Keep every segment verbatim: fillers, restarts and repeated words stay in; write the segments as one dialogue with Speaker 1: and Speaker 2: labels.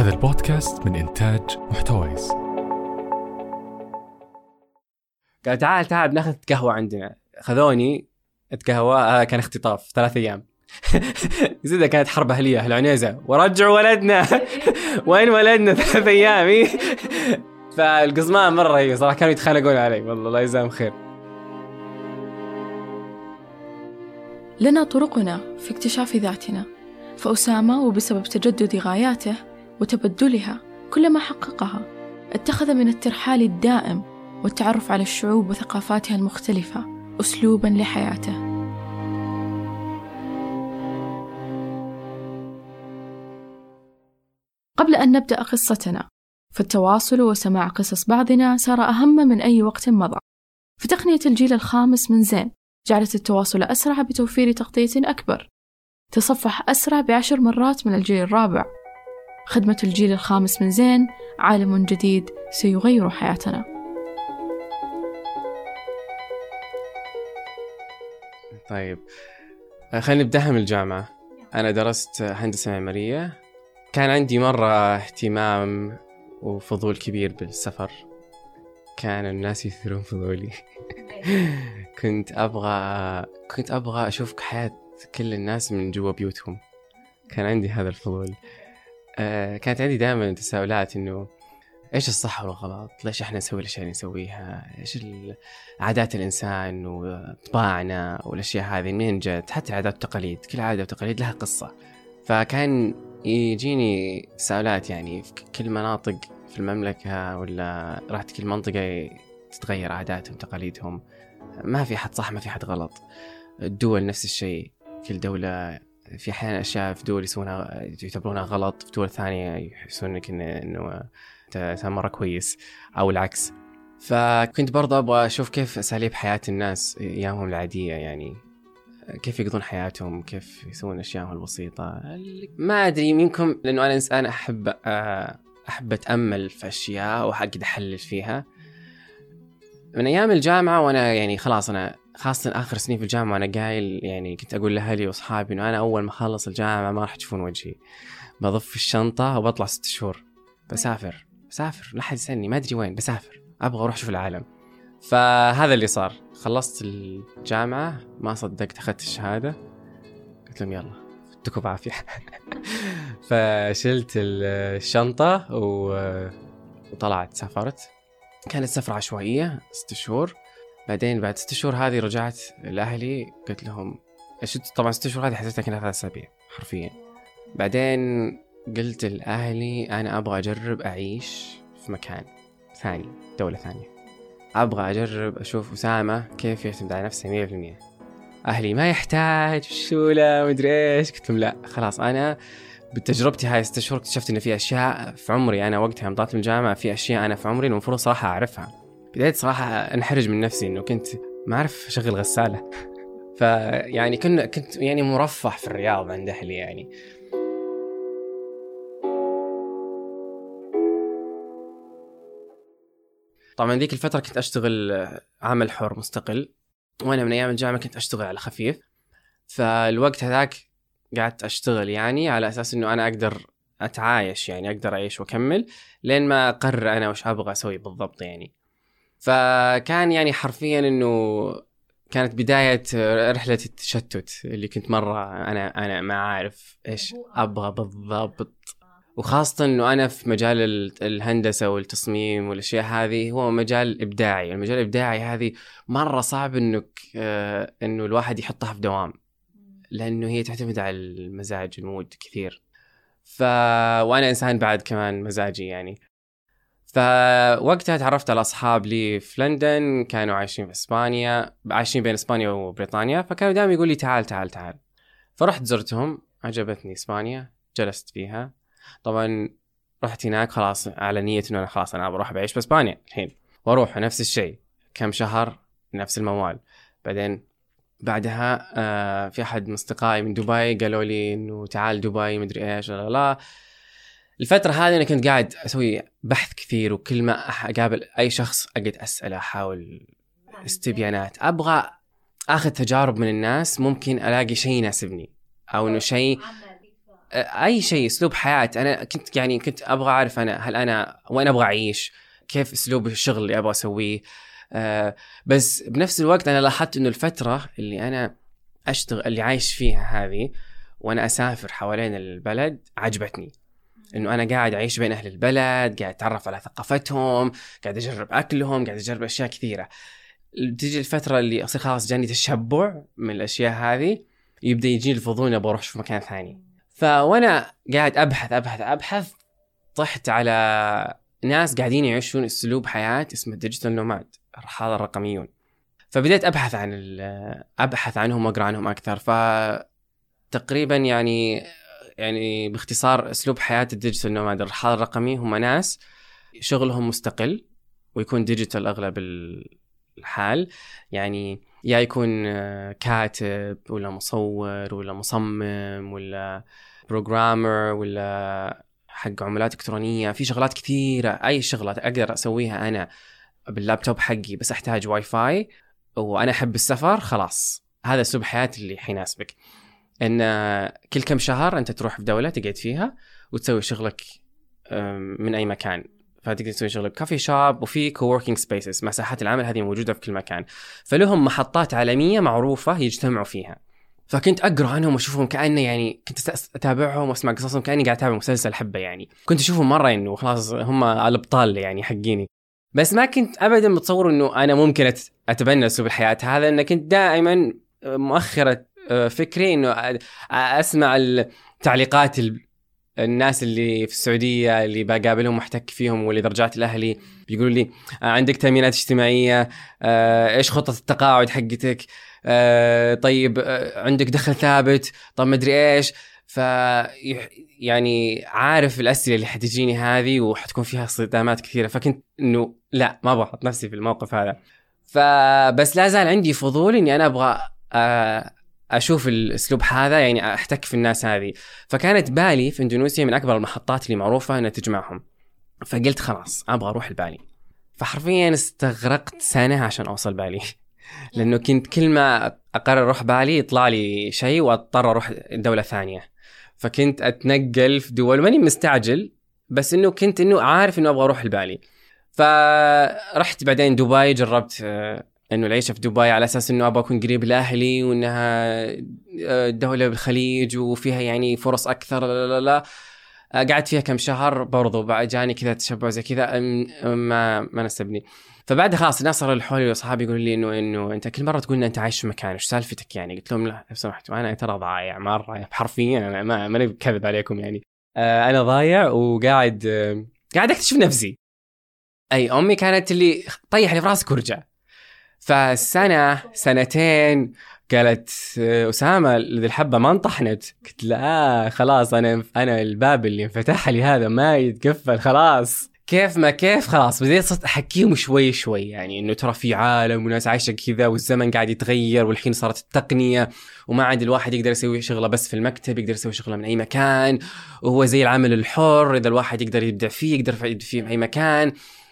Speaker 1: هذا البودكاست من إنتاج محتويس.
Speaker 2: قال تعال تعال بناخذ قهوة عندنا. خذوني اتقهوى. آه كان اختطاف ثلاث أيام. زيدة كانت حرب أهلية العنيزة ورجعوا ولدنا. وين ولدنا ثلاث أيام؟ فالقزمان مرة هي صراحة كانوا يتخانقون علي، والله الله يجزاهم خير.
Speaker 3: لنا طرقنا في اكتشاف ذاتنا، فأسامة وبسبب تجدد غاياته وتبدلها كلما حققها اتخذ من الترحال الدائم والتعرف على الشعوب وثقافاتها المختلفة أسلوباً لحياته. قبل أن نبدأ قصتنا، فالتواصل وسماع قصص بعضنا صار أهم من أي وقت مضى. فتقنية الجيل الخامس من زين جعلت التواصل أسرع بتوفير تغطية أكبر، تصفح أسرع بعشر مرات من الجيل الرابع. خدمة الجيل الخامس من زين عالم جديد سيغير حياتنا.
Speaker 2: طيب خلينا نبدأها من الجامعة. أنا درست هندسة معمارية. كان عندي مرة اهتمام وفضول كبير بالسفر، كان الناس يثيرون فضولي. كنت أبغى كنت أبغى أشوف حياة كل الناس من جوا بيوتهم. كان عندي هذا الفضول. آه كانت عندي دائما تساؤلات إنه إيش الصح والغلط، ليش إحنا نسوي الأشياء اللي نسويها، إيش عادات الإنسان وطباعنا والأشياء هذه منين جت، حتى العادات والتقاليد، كل عادة وتقاليد لها قصة. فكان يجيني تساؤلات يعني في كل مناطق في المملكة ولا رحت كل منطقة تتغير عاداتهم وتقاليدهم. ما في حد صح ما في حد غلط. الدول نفس الشيء، كل دولة في أحيانا أشياء في دول يسوونها يعتبرونها غلط، في دول ثانية يحسونك إنه إنه أنت مرة كويس أو العكس. فكنت برضه أبغى أشوف كيف أساليب حياة الناس أيامهم العادية، يعني كيف يقضون حياتهم، كيف يسوون أشياءهم البسيطة. ما أدري، يمكن لأنه أنا إنسان أحب أحب أتأمل في أشياء وحقد أحلل فيها. من أيام الجامعة وأنا يعني خلاص أنا خاصة آخر سنين في الجامعة وأنا قايل يعني كنت أقول لأهلي وأصحابي إنه أنا أول ما أخلص الجامعة ما راح تشوفون وجهي، بضف الشنطة وبطلع ست شهور بسافر بسافر لا حد يسألني ما أدري وين، بسافر أبغى أروح أشوف العالم. فهذا اللي صار. خلصت الجامعة ما صدقت أخذت الشهادة، قلت لهم يلا فتكوا بعافية. فشلت الشنطة وطلعت سافرت. كانت سفرة عشوائية ست شهور. بعدين بعد ست شهور هذه رجعت لأهلي قلت لهم طبعا ست شهور هذه حسيتها كانت ثلاث أسابيع حرفيا. بعدين قلت لأهلي أنا أبغى أجرب أعيش في مكان ثاني، دولة ثانية، أبغى أجرب أشوف أسامة كيف يعتمد على نفسه مية بالمية. أهلي ما يحتاج شولة مدري إيش. قلت لهم لا خلاص، أنا بتجربتي هاي ست شهور اكتشفت إن في أشياء في عمري أنا وقتها مضات من الجامعة، في أشياء أنا في عمري المفروض صراحة أعرفها. بدأت صراحة أنحرج من نفسي إنه كنت ما أعرف أشغل غسالة. فيعني كنت كنت يعني مرفه في الرياض عند أهلي يعني. طبعا ذيك الفترة كنت أشتغل عمل حر مستقل، وأنا من أيام الجامعة كنت أشتغل على خفيف. فالوقت هذاك قعدت أشتغل يعني على أساس إنه أنا أقدر أتعايش، يعني أقدر أعيش وأكمل لين ما أقرر أنا وش أبغى أسوي بالضبط يعني. فكان يعني حرفيا إنه كانت بداية رحلة التشتت اللي كنت مرة أنا أنا ما عارف إيش أبغى بالضبط. وخاصة إنه أنا في مجال الهندسة والتصميم والأشياء هذه هو مجال إبداعي. المجال الإبداعي هذه مرة صعب إنك آه إنه الواحد يحطها في دوام، لأنه هي تعتمد على المزاج المود كثير. ف وأنا إنسان بعد كمان مزاجي يعني. فوقتها تعرفت على أصحاب لي في لندن كانوا عايشين في إسبانيا، عايشين بين إسبانيا وبريطانيا. فكانوا دائما يقول لي تعال تعال تعال. فرحت زرتهم، عجبتني إسبانيا، جلست فيها. طبعا رحت هناك خلاص على نية إنه أنا خلاص أنا بروح بعيش بإسبانيا الحين، وأروح نفس الشيء كم شهر نفس الموال. بعدين بعدها آه في أحد مصدقائي من دبي قالوا لي إنه تعال دبي مدري إيش لا لا. الفترة هذه أنا كنت قاعد أسوي بحث كثير، وكل ما أقابل أي شخص أقعد أسأله أحاول استبيانات، أبغى أخذ تجارب من الناس، ممكن ألاقي شيء يناسبني أو إنه شيء اي شيء اسلوب حياه. انا كنت يعني كنت ابغى اعرف انا هل انا وين ابغى اعيش، كيف اسلوب الشغل اللي ابغى اسويه. أه بس بنفس الوقت انا لاحظت انه الفتره اللي انا اشتغل اللي عايش فيها هذه وانا اسافر حوالين البلد عجبتني، انه انا قاعد اعيش بين اهل البلد، قاعد اتعرف على ثقافتهم، قاعد اجرب اكلهم، قاعد اجرب اشياء كثيره. تيجي الفتره اللي اصير خلاص جاني تشبع من الاشياء هذه، يبدا يجيني الفضول ابغى اروح في مكان ثاني. فوانا قاعد ابحث ابحث ابحث طحت على ناس قاعدين يعيشون اسلوب حياه اسمه الديجيتال نوماد، الرحاله الرقميون. فبديت ابحث عن ابحث عنهم واقرا عنهم اكثر. فتقريبا يعني يعني باختصار اسلوب حياه الديجيتال نوماد الرحاله الرقمي هم ناس شغلهم مستقل ويكون ديجيتال اغلب الحال، يعني يا يكون كاتب ولا مصور ولا مصمم ولا بروجرامر ولا حق عملات إلكترونية، في شغلات كثيرة. أي شغلة أقدر أسويها أنا باللابتوب حقي بس أحتاج واي فاي وأنا أحب السفر، خلاص هذا أسلوب حياتي اللي حيناسبك. إن كل كم شهر أنت تروح في دولة تقعد فيها وتسوي شغلك من أي مكان، فتقدر تسوي شغل كافي شوب وفي كووركينج سبيسز، مساحات العمل هذه موجودة في كل مكان، فلهم محطات عالمية معروفة يجتمعوا فيها. فكنت أقرأ عنهم وأشوفهم كأنه يعني كنت أتابعهم وأسمع قصصهم كأني قاعد أتابع مسلسل حبة، يعني كنت أشوفهم مرة إنه خلاص هم الأبطال يعني حقيني. بس ما كنت أبدا متصور إنه أنا ممكن أتبنى أسلوب الحياة هذا، إن كنت دائما مؤخرة فكري إنه أسمع التعليقات الناس اللي في السعودية اللي بقابلهم محتك فيهم، واللي رجعت لأهلي بيقولوا لي عندك تأمينات اجتماعية، إيش خطة التقاعد حقتك، طيب عندك دخل ثابت، طب ما أدري إيش. ف يعني عارف الأسئلة اللي حتجيني هذه وحتكون فيها صدامات كثيرة، فكنت إنه لا ما بحط نفسي في الموقف هذا. فبس لا زال عندي فضول إني أنا أبغى أشوف الأسلوب هذا، يعني أحتك في الناس هذه. فكانت بالي في إندونيسيا من أكبر المحطات اللي معروفة أنها تجمعهم، فقلت خلاص أبغى أروح لبالي. فحرفيا استغرقت سنة عشان أوصل بالي، لأنه كنت كل ما أقرر أروح بالي يطلع لي شيء وأضطر أروح دولة ثانية، فكنت أتنقل في دول ماني مستعجل، بس إنه كنت إنه عارف إنه أبغى أروح لبالي. فرحت بعدين دبي، جربت إنه العيشة في دبي على أساس إنه أبغى أكون قريب لأهلي وإنها دولة بالخليج وفيها يعني فرص أكثر. لا لا لا قعدت فيها كم شهر برضو، بعد جاني كذا تشبع زي كذا ما ما نسبني. فبعد خلاص الناس صاروا الحولي وأصحابي يقولوا لي إنه إنه أنت كل مرة تقول إن أنت عايش في مكان، إيش سالفتك يعني؟ قلت لهم لا لو سمحتوا أنا ترى ضايع مرة حرفيا، أنا ما ما نكذب عليكم يعني، آه أنا ضايع وقاعد آه قاعد أكتشف نفسي. أي أمي كانت اللي طيح لي في راسك ورجع. فسنة سنتين قالت أسامة ذي الحبة ما انطحنت. قلت لا خلاص أنا أنا الباب اللي انفتح لي هذا ما يتقفل خلاص، كيف ما كيف خلاص. بديت صرت أحكيهم شوي شوي، يعني إنه ترى في عالم وناس عايشة كذا والزمن قاعد يتغير، والحين صارت التقنية وما عاد الواحد يقدر يسوي شغله بس في المكتب، يقدر يسوي شغله من أي مكان، وهو زي العمل الحر إذا الواحد يقدر يبدع فيه يقدر يبدع فيه من أي مكان.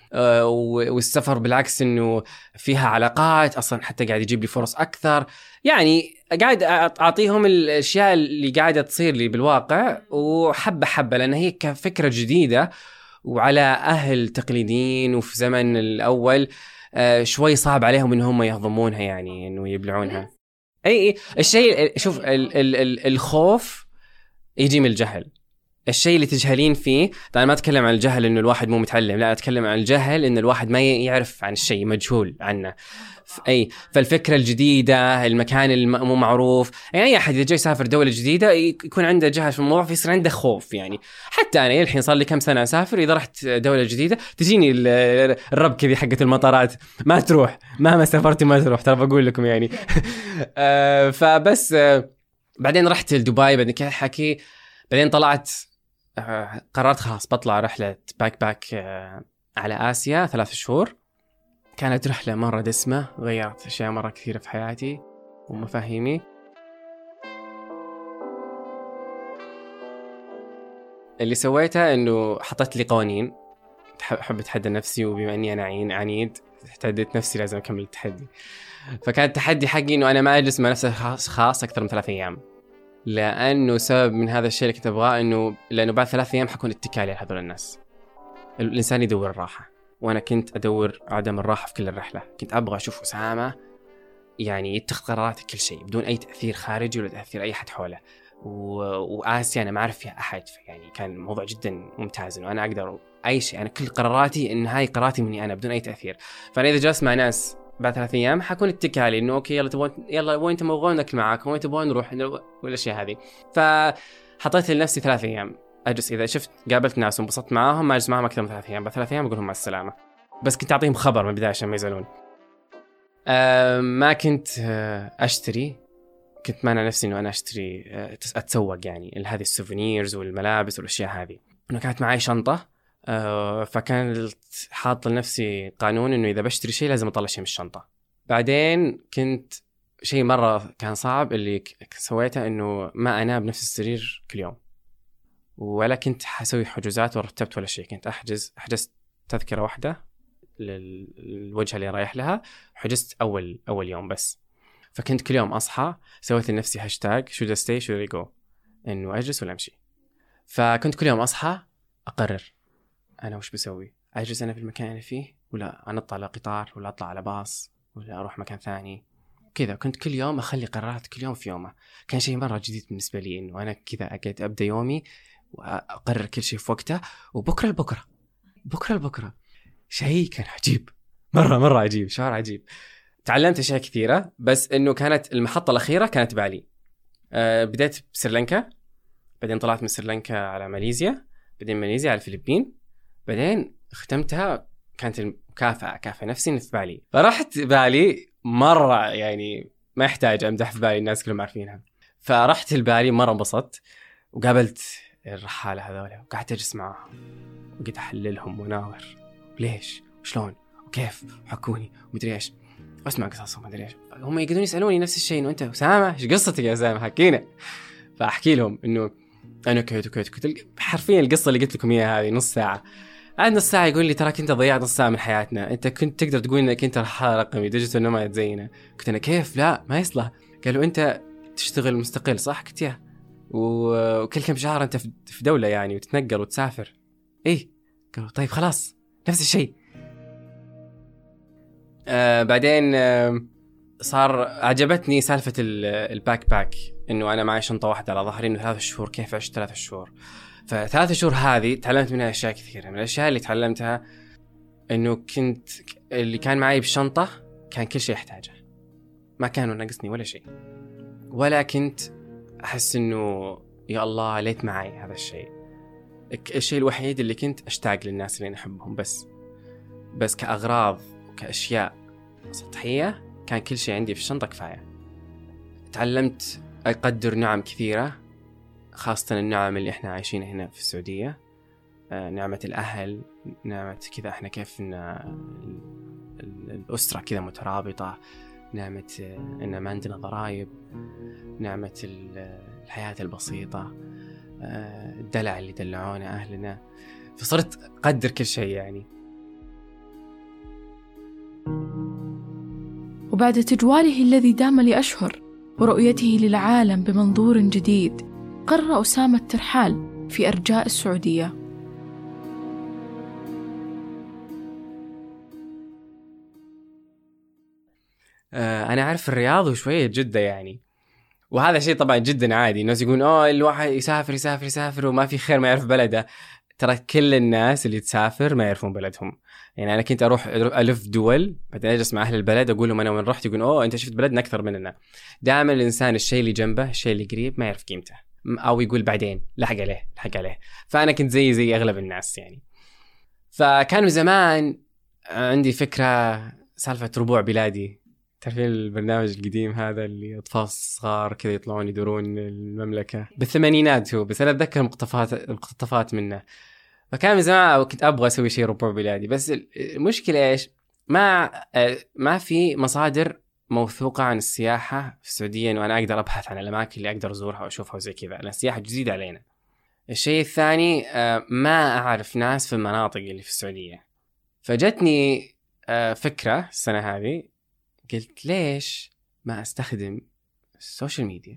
Speaker 2: والسفر بالعكس انه فيها علاقات اصلا حتى قاعد يجيب لي فرص اكثر. يعني قاعد اعطيهم الاشياء اللي قاعده تصير لي بالواقع وحبه حبه، لان هي كفكره جديده وعلى اهل تقليديين وفي زمن الاول شوي صعب عليهم ان هم يهضمونها، يعني انه يبلعونها. اي الشيء شوف ال ال ال الخوف يجي من الجهل. الشيء اللي تجهلين فيه، طبعا ما أتكلم عن الجهل إنه الواحد مو متعلم، لا أتكلم عن الجهل إن الواحد ما يعرف عن الشيء، مجهول عنه. أي فالفكرة الجديدة، المكان المو معروف، يعني أي أحد إذا جاي يسافر دولة جديدة يكون عنده جهل في الموضوع، فيصير عنده خوف. يعني حتى أنا الحين صار لي كم سنة أسافر، إذا رحت دولة جديدة تجيني الرب كذي حقة المطارات، ما تروح مهما سافرتي ما تروح، ترى بقول لكم يعني. فبس بعدين رحت لدبي، بعدين كذا حكي، بعدين طلعت قررت خلاص بطلع رحلة باك باك على آسيا ثلاث شهور. كانت رحلة مرة دسمة، غيرت أشياء مرة كثيرة في حياتي ومفاهيمي. اللي سويته إنه حطيت لي قوانين، أحب أتحدى نفسي، وبما أني أنا عنيد تحديت نفسي لازم أكمل التحدي. فكان التحدي حقي إنه أنا ما أجلس مع نفسي خاص خاص أكثر من ثلاث أيام. لأنه سبب من هذا الشيء اللي كنت أبغاه إنه لأنه بعد ثلاث أيام حكون اتكالي على هذول الناس. الإنسان يدور الراحة، وأنا كنت أدور عدم الراحة في كل الرحلة. كنت أبغى أشوف أسامة يعني يتخذ قرارات كل شيء بدون أي تأثير خارجي ولا تأثير أي حد حوله. و... وآسيا أنا ما أعرف فيها أحد، يعني كان موضوع جدا ممتاز إنه أنا أقدر أي شيء، أنا كل قراراتي إن هاي قراراتي مني أنا بدون أي تأثير. فأنا إذا جلست مع ناس بعد ثلاث أيام حكون اتكالي إنه أوكي يلا تبون يلا وين تبغون ناكل معاكم، وين تبغون نروح والأشياء هذه. فحطيت لنفسي ثلاث أيام أجلس، إذا شفت قابلت ناس وانبسطت معاهم ما أجلس معاهم أكثر من ثلاث أيام. بعد ثلاث أيام أقول لهم مع السلامة، بس كنت أعطيهم خبر من البداية عشان ما يزعلون. أه ما كنت أشتري، كنت مانع نفسي إنه أنا أشتري أتسوق يعني هذه السوفينيرز والملابس والأشياء هذه. إنه كانت معي شنطة، أه فكان حاط لنفسي قانون إنه إذا بشتري شيء لازم أطلع شيء من الشنطة. بعدين كنت شيء مرة كان صعب اللي سويته إنه ما أنام بنفس السرير كل يوم، ولا كنت حسوي حجوزات ورتبت ولا شيء. كنت أحجز حجزت تذكرة واحدة للوجهة اللي رايح لها، حجزت أول أول يوم بس. فكنت كل يوم أصحى سويت لنفسي هاشتاج should I stay should I go، إنه أجلس ولا أمشي. فكنت كل يوم أصحى أقرر أنا وش بسوي، أجلس أنا في المكان اللي فيه ولا أنط على قطار ولا أطلع على باص ولا أروح مكان ثاني كذا. كنت كل يوم أخلي قرارات كل يوم في يومه. كان شيء مرة جديد بالنسبة لي إنه أنا كذا أقعد أبدأ يومي وأقرر كل شيء في وقته، وبكرة لبكرة بكرة لبكرة. شيء كان عجيب، مرة مرة عجيب، شعور عجيب. تعلمت أشياء كثيرة، بس إنه كانت المحطة الأخيرة كانت بالي. أه بديت بسريلانكا، بعدين طلعت من سريلانكا على ماليزيا، بعدين ماليزيا على الفلبين، بعدين ختمتها كانت المكافأة كافة نفسي إن في بالي. فرحت بالي مرة، يعني ما يحتاج أمدح في بالي، الناس كلهم عارفينها. فرحت البالي مرة انبسطت، وقابلت الرحالة هذول وقعدت أجلس معهم وقعدت أحللهم وناظر ليش وشلون وكيف، وحكوني ومدري إيش، أسمع قصصهم مدري إيش. هم يقدرون يسألوني نفس الشيء إنه أنت أسامة إيش قصتك يا أسامة حكينا. فأحكي لهم إنه أنا كيت وكيت كنت حرفيا القصة اللي قلت لكم إياها هذه نص ساعة. عاد نص ساعة يقول لي تراك أنت ضيعت نص ساعة من حياتنا، أنت كنت تقدر تقول إنك أنت رحالة رقمي ديجيتال نوماد زينا. كنت أنا كيف لا ما يصلح. قالوا أنت تشتغل مستقل صح؟ كنت يا وكل كم شهر أنت في دولة يعني وتتنقل وتسافر. إيه قالوا طيب خلاص نفس الشيء. آه بعدين آه صار عجبتني سالفة الباك باك، إنه أنا معي شنطة واحدة على ظهري، إنه ثلاث شهور كيف عشت ثلاث شهور. فثلاث شهور هذه تعلمت منها أشياء كثيرة. من الأشياء اللي تعلمتها إنه كنت اللي كان معي بالشنطة كان كل شيء أحتاجه، ما كانوا ناقصني ولا شيء، ولا كنت أحس إنه يا الله ليت معي هذا الشيء. الشيء الوحيد اللي كنت أشتاق للناس اللي أحبهم، بس بس كأغراض وكأشياء سطحية كان كل شيء عندي في الشنطة كفاية. تعلمت أقدر نعم كثيرة، خاصة النعم اللي إحنا عايشينها هنا في السعودية، نعمة الأهل، نعمة كذا إحنا كيف إن الأسرة كذا مترابطة، نعمة إن ما عندنا ضرائب، نعمة الحياة البسيطة، الدلع اللي دلعونا أهلنا. فصرت أقدر كل شيء يعني.
Speaker 3: وبعد تجواله الذي دام لأشهر ورؤيته للعالم بمنظور جديد، قرر أسامة الترحال في أرجاء السعودية.
Speaker 2: أنا أعرف الرياض وشوية جدة يعني، وهذا شيء طبعا جدا عادي. الناس يقولون آه الواحد يسافر يسافر يسافر وما في خير ما يعرف بلده. ترى كل الناس اللي تسافر ما يعرفون بلدهم. يعني أنا كنت أروح ألف دول، بعدين أجلس مع أهل البلد أقول لهم أنا وين رحت، يقولون أوه أنت شفت بلدنا أكثر مننا. دائما الإنسان الشيء اللي جنبه الشيء اللي قريب ما يعرف قيمته، أو يقول بعدين لحق عليه لحق عليه. فأنا كنت زي زي أغلب الناس يعني. فكانوا زمان عندي فكرة سالفة ربوع بلادي، تعرفين البرنامج القديم هذا اللي أطفال صغار كذا يطلعون يدورون المملكة بالثمانينات هو، بس أنا أتذكر مقتطفات مقتطفات منه. فكان من زمان وكنت أبغى أسوي شيء ربوع بلادي، بس المشكلة إيش؟ ما ما في مصادر موثوقة عن السياحة في السعودية إنه أنا أقدر أبحث عن الأماكن اللي أقدر أزورها وأشوفها وزي كذا. أنا السياحة جديدة علينا. الشيء الثاني ما أعرف ناس في المناطق اللي في السعودية. فجتني فكرة السنة هذه، قلت ليش ما أستخدم السوشيال ميديا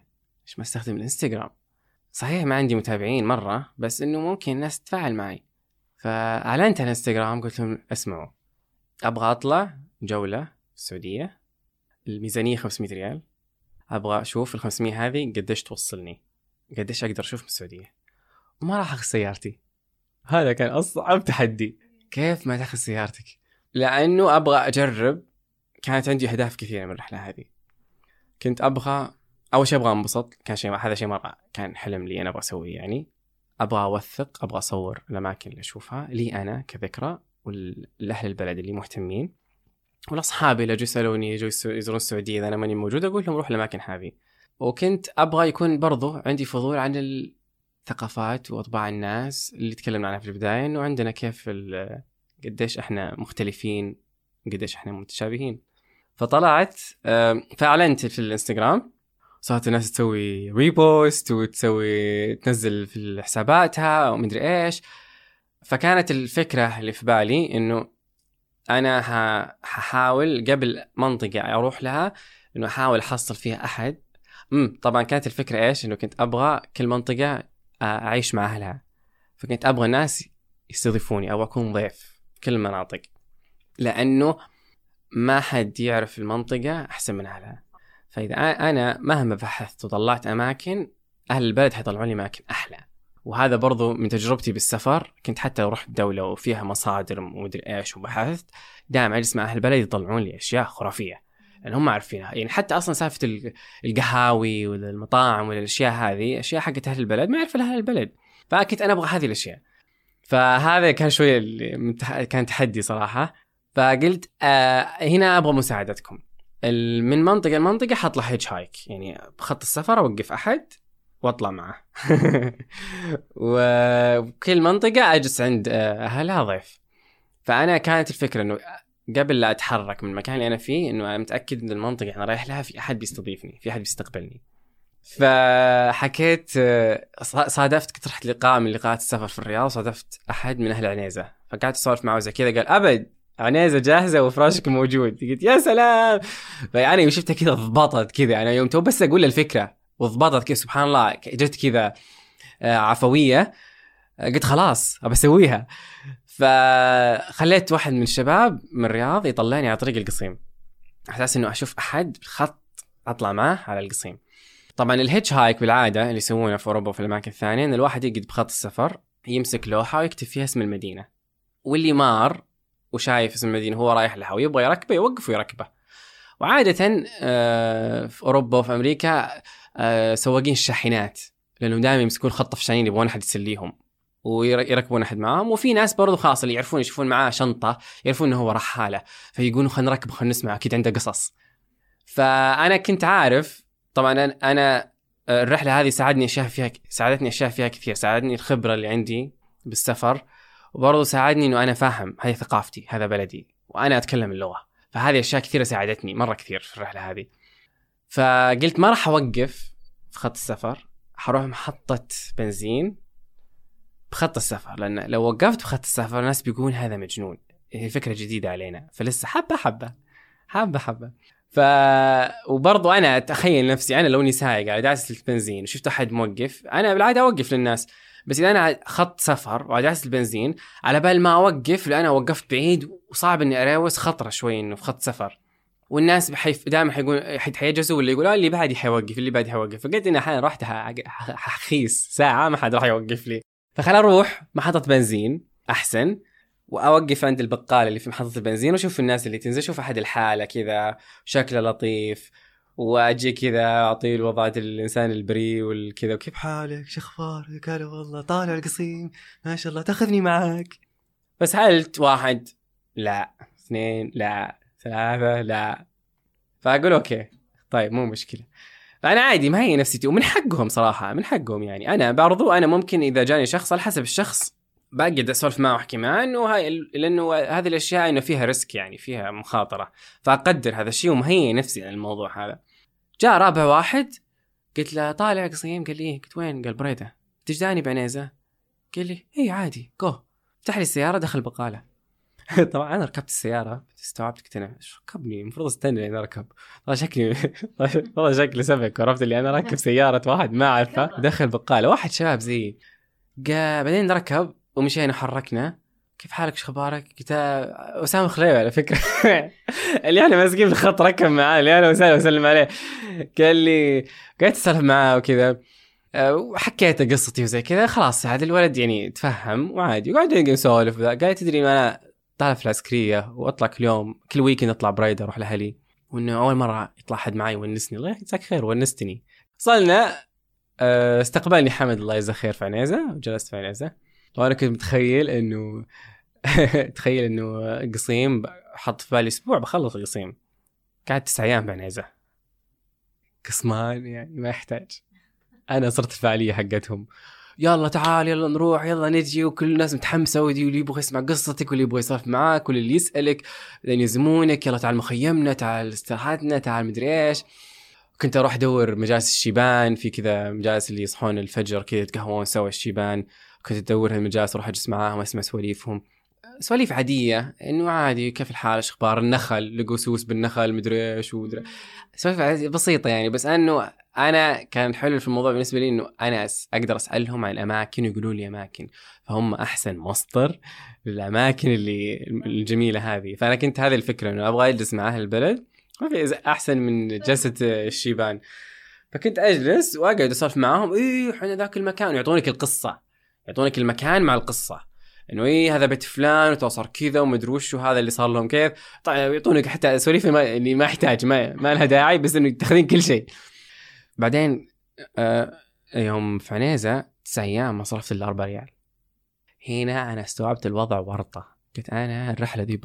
Speaker 2: ليش ما استخدم الانستغرام؟ صحيح ما عندي متابعين مرة، بس إنه ممكن الناس تتفاعل معي. فأعلنت على الانستغرام، قلت لهم اسمعوا، أبغى أطلع جولة في السعودية، الميزانية خمسمية ريال، أبغى أشوف الخمسمية هذه قديش توصلني، قديش أقدر أشوف من السعودية، وما راح أخذ سيارتي. هذا كان أصعب تحدي. كيف ما تأخذ سيارتك؟ لأنه أبغى أجرب. كانت عندي أهداف كثيرة من الرحلة هذه. كنت أبغى أول شيء أبغى أنبسط، كان شيء هذا شيء مرة كان حلم لي أنا أبغى أسويه. يعني أبغى أوثق، أبغى أصور الأماكن اللي أشوفها لي أنا كذكرى، والأهل البلد اللي مهتمين، والأصحابي اللي جو يسألوني يجوا يزورون السعودية إذا أنا ماني موجود أقول لهم روح الأماكن هذه. وكنت أبغى يكون برضو عندي فضول عن الثقافات وأطباع الناس اللي تكلمنا عنها في البداية، إنه عندنا كيف قديش إحنا مختلفين، قديش إحنا متشابهين. فطلعت فأعلنت في الانستغرام، صارت الناس تسوي ريبوست وتسوي تنزل في حساباتها ومدري إيش. فكانت الفكرة اللي في بالي إنه أنا هحاول قبل منطقة أروح لها إنه أحاول أحصل فيها أحد. أمم طبعا كانت الفكرة إيش، إنه كنت أبغى كل منطقة أعيش مع أهلها، فكنت أبغى الناس يستضيفوني أو أكون ضيف كل المناطق، لأنه ما حد يعرف المنطقة أحسن من أهلها. فإذا أنا مهما بحثت وطلعت أماكن، أهل البلد حيطلعون لي أماكن أحلى. وهذا برضو من تجربتي بالسفر، كنت حتى لو رحت دولة وفيها مصادر ومدري إيش وبحثت، دائما أجلس مع أهل البلد يطلعون لي أشياء خرافية لأن هم عارفينها. يعني حتى أصلا سالفة القهاوي والمطاعم والأشياء هذه أشياء حقت أهل البلد ما يعرف لها أهل البلد، فأكيد أنا أبغى هذه الأشياء. فهذا كان شوية كان تحدي صراحة. فقلت آه هنا أبغى مساعدتكم. من منطقة لمنطقة حطلع هيتش هايك، يعني بخط السفر أوقف أحد واطلع معه وكل منطقة أجلس عند أهلها ضيف. فأنا كانت الفكرة إنه قبل لا أتحرك من المكان اللي أنا فيه، إنه أنا متأكد إن المنطقة أنا رايح لها في أحد بيستضيفني، في أحد بيستقبلني. فحكيت صادفت كنت رحت لقاء من لقاءات السفر في الرياض، صادفت أحد من أهل عنيزة، فقعدت أسولف معه زي كذا، قال أبد عنيزة جاهزة وفراشك موجود. قلت يا سلام. فيعني يوم شفتها كذا ضبطت كذا، أنا يوم تو بس أقول الفكرة وضبطت كذا سبحان الله، جت كذا عفوية، قلت خلاص أبى أسويها. فخليت واحد من الشباب من الرياض يطلعني على طريق القصيم، أحساس إنه أشوف أحد بالخط أطلع معه على القصيم. طبعا الهيتش هايك بالعادة اللي يسوونه في أوروبا وفي الأماكن الثانية إن الواحد يقعد بخط السفر يمسك لوحة ويكتب فيها اسم المدينة، واللي مار وشايف اسم المدينة هو رايح لها ويبغى يركبه يوقف ويركبه. وعادة في أوروبا وفي أمريكا سواقين الشاحنات لأنهم دائما يمسكون خط طفشانين يبغون أحد يسليهم ويركبون أحد معهم، وفي ناس برضو خاصة اللي يعرفون يشوفون معاه شنطة يعرفون إنه هو رحالة فيقولون خلنا نركب خلنا نسمع أكيد عنده قصص. فأنا كنت عارف طبعا أنا الرحلة هذه ساعدني أشياء فيها ساعدتني أشياء فيها كثير، ساعدني الخبرة اللي عندي بالسفر، وبرضو ساعدني إنه أنا فاهم هذه ثقافتي هذا بلدي وأنا أتكلم اللغة. فهذه أشياء كثيرة ساعدتني مرة كثير في الرحلة هذه. فقلت ما راح أوقف في خط السفر، حروح محطة بنزين بخط السفر، لأن لو وقفت بخط السفر الناس بيقولون هذا مجنون، هي فكرة جديدة علينا، فلسه حبة حبة حبة حبة. ف وبرضو أنا أتخيل نفسي أنا لو إني سايق على دعسة البنزين وشفت أحد موقف، أنا بالعادة أوقف للناس، بس إذا أنا خط سفر وعلى دعسة البنزين على بال ما أوقف لأن أنا وقفت بعيد وصعب إني أراوس خطرة شوي إنه في خط سفر، والناس بحيف دائما حيقول حيجزوا واللي يقول اللي بعدي حيوقف اللي بعدي حيوقف. فقلت إن أحيانا رحت حخيس ساعة ما حد راح يوقف لي، فخل أروح محطة بنزين أحسن وأوقف عند البقالة اللي في محطة البنزين وشوف الناس اللي تنزل، شوف أحد الحالة كذا شكله لطيف وأجي كذا أعطيه وضعة الإنسان البريء والكذا وكيف حالك شو أخبارك، قال والله طالع القصيم ما شاء الله تاخذني معك. بس سألت واحد لا، اثنين لا، ثلاثة لا، فأقول أوكي طيب مو مشكلة. فأنا عادي ما هي نفسيتي، ومن حقهم صراحة من حقهم، يعني أنا برضو أنا ممكن إذا جاني شخص على حسب الشخص بقعد أسولف معه وأحكي معه إنه هاي لأنه هذه الأشياء إنه فيها ريسك يعني فيها مخاطرة، فأقدر هذا الشيء ومهيئ نفسي للموضوع هذا. جاء رابع واحد قلت له طالع قصيم، قال لي قلت وين؟ قال بريدة. تجداني بعنيزة؟ قال لي إيه عادي جو. فتح لي السيارة دخل بقالة. طبعا انا ركبت السياره استوعبت كنت انا ايش ركبني المفروض استنى لين اركب والله شكلي والله شكلي سبك عرفت اللي انا راكب سياره واحد ما اعرفه دخل بقاله واحد شباب زي قا بعدين ركب ومشينا حركنا كيف حالك ايش اخبارك قلت اسامه خليوي على فكره اللي احنا ماسكين الخط ركب معاه اللي انا وسلم وسلم عليه قال لي قعدت اسولف معاه وكذا وحكيت قصتي وزي كذا خلاص هذا الولد يعني تفهم وعادي وقاعدين نسولف قاعد تدري ما انا طالع في العسكريه واطلع كل يوم كل ويكند اطلع برايد اروح لاهلي وانه اول مره يطلع حد معي ونسني الله يجزاك خير ونستني صلنا استقبلني حمد الله يجزاه خير في عنيزه وجلست في عنيزه وانا كنت متخيل انه تخيل انه قصيم حط في بالي اسبوع بخلص القصيم قعدت تسع ايام بعنيزه قسمان يعني ما يحتاج انا صرت الفعاليه حقتهم يلا تعال يلا نروح يلا نجي وكل الناس متحمسه واللي يبغى يسمع قصتك واللي يبغى يصرف معاك واللي يسالك لين يزمونك يلا تعال مخيمنا تعال استراحتنا تعال مدري ايش. كنت اروح ادور مجالس الشيبان في كذا مجالس اللي يصحون الفجر كذا يتقهوون سوا الشيبان كنت ادور هالمجالس اروح اجلس معاهم اسمع سواليفهم سواليف عاديه انه عادي كيف الحال ايش اخبار النخل لقوا سوس بالنخل مدري ايش ودري سواليف بسيطه يعني بس انه انا كان حلو في الموضوع بالنسبه لي انه انا اقدر اسالهم عن الاماكن ويقولوا لي اماكن فهم احسن مصدر للاماكن اللي الجميله هذه. فانا كنت هذه الفكره انه ابغى اجلس مع اهل البلد ما في احسن من جلسه الشيبان. فكنت اجلس واقعد اسولف معاهم ايه احنا ذاك المكان ويعطونك القصه يعطونك المكان مع القصه انه ايه هذا بيت فلان وتوصل كذا ومدري وش وهذا اللي صار لهم كيف طيب يعطونك حتى سواليف اللي ما يحتاج ما, ما لها داعي بس انه تاخذين كل شيء. بعدين آه يوم في عنيزة تسع أيام ما صرفت إلا أربع ريال. هنا أنا استوعبت الوضع ورطة قلت أنا الرحلة دي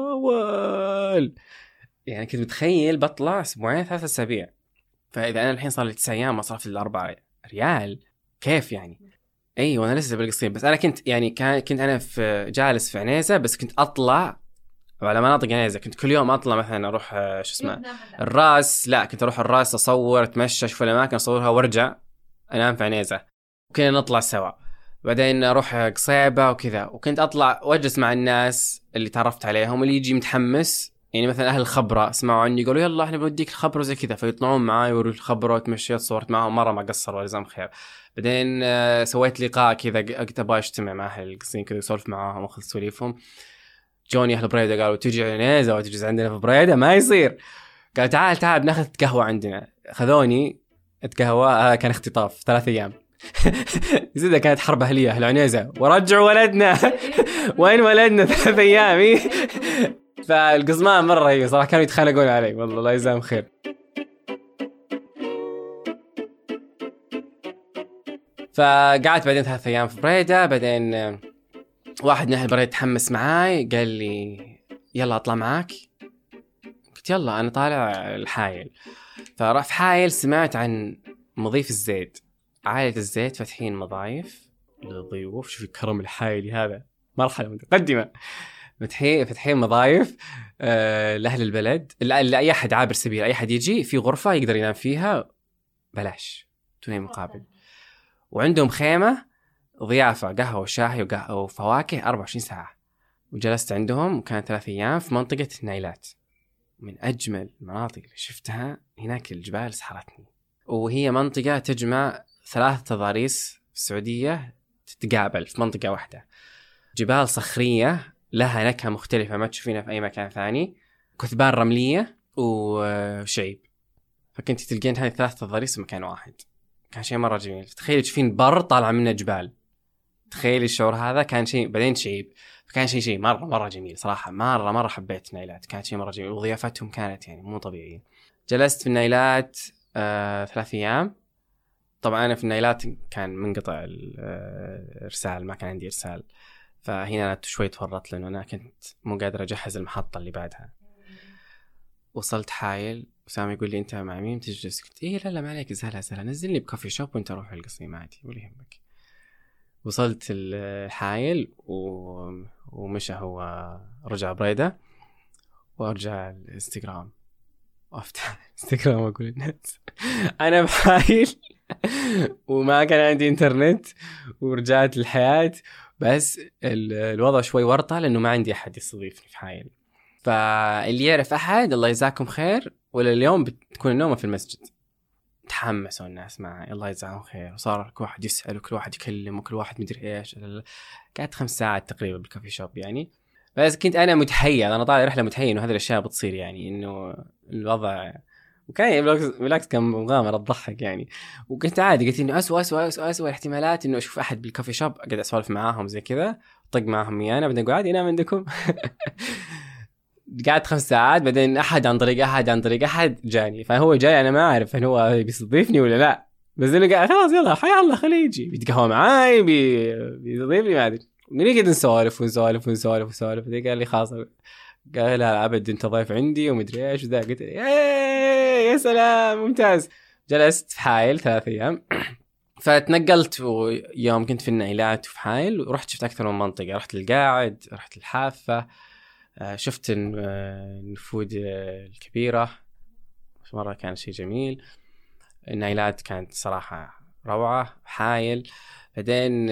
Speaker 2: بتطول يعني كنت متخيل بطلع أسبوعين ثلاثة أسابيع فإذا أنا الحين صار لي تسع أيام ما صرفت إلا أربع ريال كيف يعني أي وأنا لسه بالقصير. بس أنا كنت يعني كان كنت أنا في جالس في عنيزة بس كنت أطلع على مناطق عنيزة كنت كل يوم أطلع مثلا أروح شو اسمه الراس لا كنت أروح الراس أصور أتمشى أشوف الأماكن أصورها وارجع أنام في عنيزة وكنا نطلع سوا. بعدين أروح قصيبة وكذا وكنت أطلع وأجلس مع الناس اللي تعرفت عليهم اللي يجي متحمس يعني مثلا أهل الخبرة اسمعوا عني يقولوا يلا إحنا بنوديك الخبرة زي كذا فيطلعون معاي ويروح الخبرة وتمشيت صورت معهم مرة ما قصر ولا زام خير. بعدين سويت لقاء كذا قلت أبغى أجتمع مع أهل القصيم كذا وسولف معاهم وأخذ سواليفهم. جوني أهل بريدة قالوا تجي عنيزة وتجلس عندنا في بريدة ما يصير قال تعال تعال بناخذ قهوة عندنا. خذوني اتقهوى كان اختطاف ثلاث أيام زيدة كانت حرب أهلية أهل عنيزة ورجعوا ولدنا وين ولدنا ثلاث أيام فالقزمان مرة هي صراحة كانوا يتخانقون علي والله الله يجزاهم خير. فقعدت بعدين ثلاث أيام في بريدة. بعدين واحد من أهل بريدة تحمس معاي قال لي يلا أطلع معاك. قلت يلا أنا طالع الحايل. فراح في حايل سمعت عن مضيف الزيت عائلة الزيت فاتحين مضايف للضيوف. شوفي كرم الحايل هذا مرحلة متقدمة فتحين فتحين مضايف آه لأهل البلد لأي أحد عابر سبيل أي أحد يجي في غرفة يقدر ينام فيها بلاش دون مقابل وعندهم خيمة ضيافة قهوة وشاهي وفواكه أربعة وعشرين ساعة. وجلست عندهم وكانت ثلاث أيام في منطقة نايلات من أجمل المناطق اللي شفتها هناك. الجبال سحرتني وهي منطقة تجمع ثلاث تضاريس في السعودية تتقابل في منطقة واحدة. جبال صخرية لها نكهة مختلفة ما تشوفينها في أي مكان ثاني كثبان رملية وشعيب. فكنت تلقين هذه ثلاث تضاريس في مكان واحد كان شيء مرة جميل. تخيل تشوفين بر طالع منه جبال تخيل الشعور هذا كان شيء. بعدين شعيب فكان شيء شيء مرة مرة جميل صراحة مرة مرة حبيت نايلات كانت شيء مرة جميل وضيافتهم كانت يعني مو طبيعية. جلست في النايلات آه ثلاث أيام. طبعا أنا في النايلات كان منقطع الإرسال ما كان عندي إرسال فهنا أنا شوي تورطت لأنه أنا كنت مو قادر أجهز المحطة اللي بعدها. وصلت حايل وسامي يقول لي أنت مع مين تجلس؟ قلت إيه لا لا ما عليك سهلة سهلة نزلني بكوفي شوب وأنت روح القصيم عادي ولا يهمك. وصلت الحايل و... ومشى هو رجع بريدة وأرجع الانستغرام وأفتح انستغرام وأقول للناس أنا بحايل وما كان عندي إنترنت ورجعت الحياة بس الوضع شوي ورطة لأنه ما عندي أحد يستضيفني في حايل. فاللي يعرف أحد الله يجزاكم خير، ولا اليوم بتكون النومة في المسجد. تحمسوا الناس معي الله يجزاهم خير، وصار كل واحد يسأل وكل واحد يكلم وكل واحد مدري إيش. قعدت خمس ساعات تقريبا بالكافي شوب يعني. بس كنت أنا متهيأ، أنا طالع رحلة متهيأ إنه هذه الأشياء بتصير يعني، إنه الوضع وكان بالعكس كان مغامرة تضحك يعني. وكنت عادي قلت إنه أسوأ أسوأ أسوأ أسوأ الاحتمالات إنه أشوف أحد بالكافي شوب أقعد أسولف معاهم زي كذا، طق معهم ميانا، بعدين أقول عادي أنام عندكم. قعدت خمس ساعات، بعدين أحد عن طريق أحد عن طريق أحد جاني. فهو جاي أنا ما أعرف هل هو بيستضيفني ولا لا، بس إنه قاعد خلاص يلا حيا الله خليه يجي بيتقهوى معاي بي بيستضيفني ما أدري. نريد نسولف ونسولف ونسولف ونسولف. قال لي خلاص، قال لا أبد أنت ضيف عندي ومدري إيش وذا. قلت يا سلام ممتاز. جلست في حايل ثلاث أيام. فتنقلت يوم كنت في النايلات وفي حايل، ورحت شفت أكثر من منطقة. رحت للقاعد، رحت للحافة، شفت النفود الكبيرة مرة كان شيء جميل. النايلات كانت صراحة روعة. حايل بعدين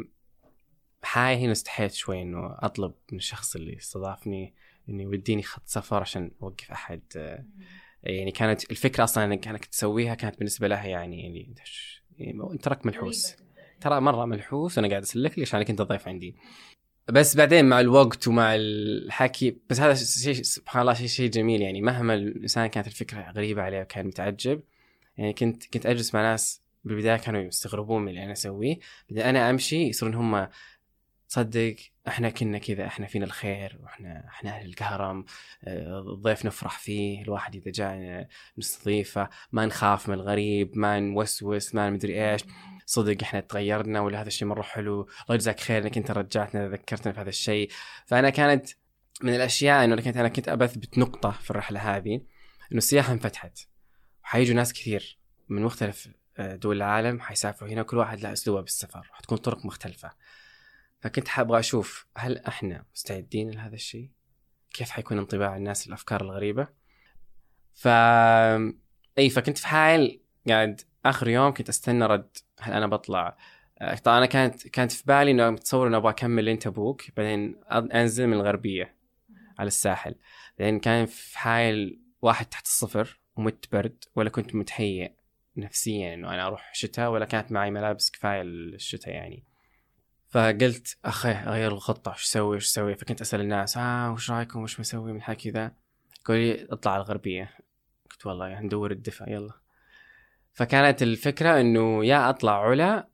Speaker 2: حاي هنا استحيت شوي إنه أطلب من الشخص اللي استضافني إنه يوديني خط سفر عشان أوقف أحد. يعني كانت الفكرة أصلاً أنك تسويها كانت بالنسبة لها يعني يعني أنت ترك ملحوس، ترى مرة ملحوس وأنا قاعد أسلك لي عشان كنت ضيف عندي. بس بعدين مع الوقت ومع الحكي، بس هذا شيء سبحان الله شيء شيء جميل يعني. مهما الإنسان كانت الفكرة غريبة عليه وكان متعجب يعني، كنت كنت أجلس مع ناس بالبداية كانوا يستغربون من اللي أنا أسويه، بعدين أنا أمشي يصيرون هم صدق احنا كنا كذا، احنا فينا الخير، واحنا احنا اهل الكرم، الضيف نفرح فيه، الواحد اذا جاء نستضيفه ما نخاف من الغريب، ما نوسوس، ما ندري ايش. صدق احنا تغيرنا ولا هذا الشيء مره حلو، الله يجزاك خير انك انت رجعتنا ذكرتنا في هذا الشيء. فانا كانت من الاشياء انه كنت انا كنت ابثبت نقطه في الرحله هذه، انه السياحه انفتحت وحيجوا ناس كثير من مختلف دول العالم حيسافروا هنا، كل واحد له اسلوبه بالسفر وحتكون طرق مختلفه. فكنت حابة أشوف هل إحنا مستعدين لهذا الشيء، كيف حيكون انطباع الناس الأفكار الغريبة. ف أي فكنت في حال قاعد آخر يوم كنت أستنى رد هل أنا بطلع. طبعا أنا كانت كانت في بالي إنه متصور إنه أبغى أكمل لين تبوك، بعدين أنزل من الغربية على الساحل. لأن كان في حال واحد تحت الصفر ومت برد، ولا كنت متهيئ نفسيا إنه أنا أروح شتاء، ولا كانت معي ملابس كفاية للشتاء يعني. فقلت أخي أغير الخطة، وش سوي وش سوي. فكنت أسأل الناس آه وش رأيكم وش مسوي من حكي ذا. قالوا لي اطلع على الغربية. قلت والله يعني ندور الدفع يلا. فكانت الفكرة إنه يا أطلع علا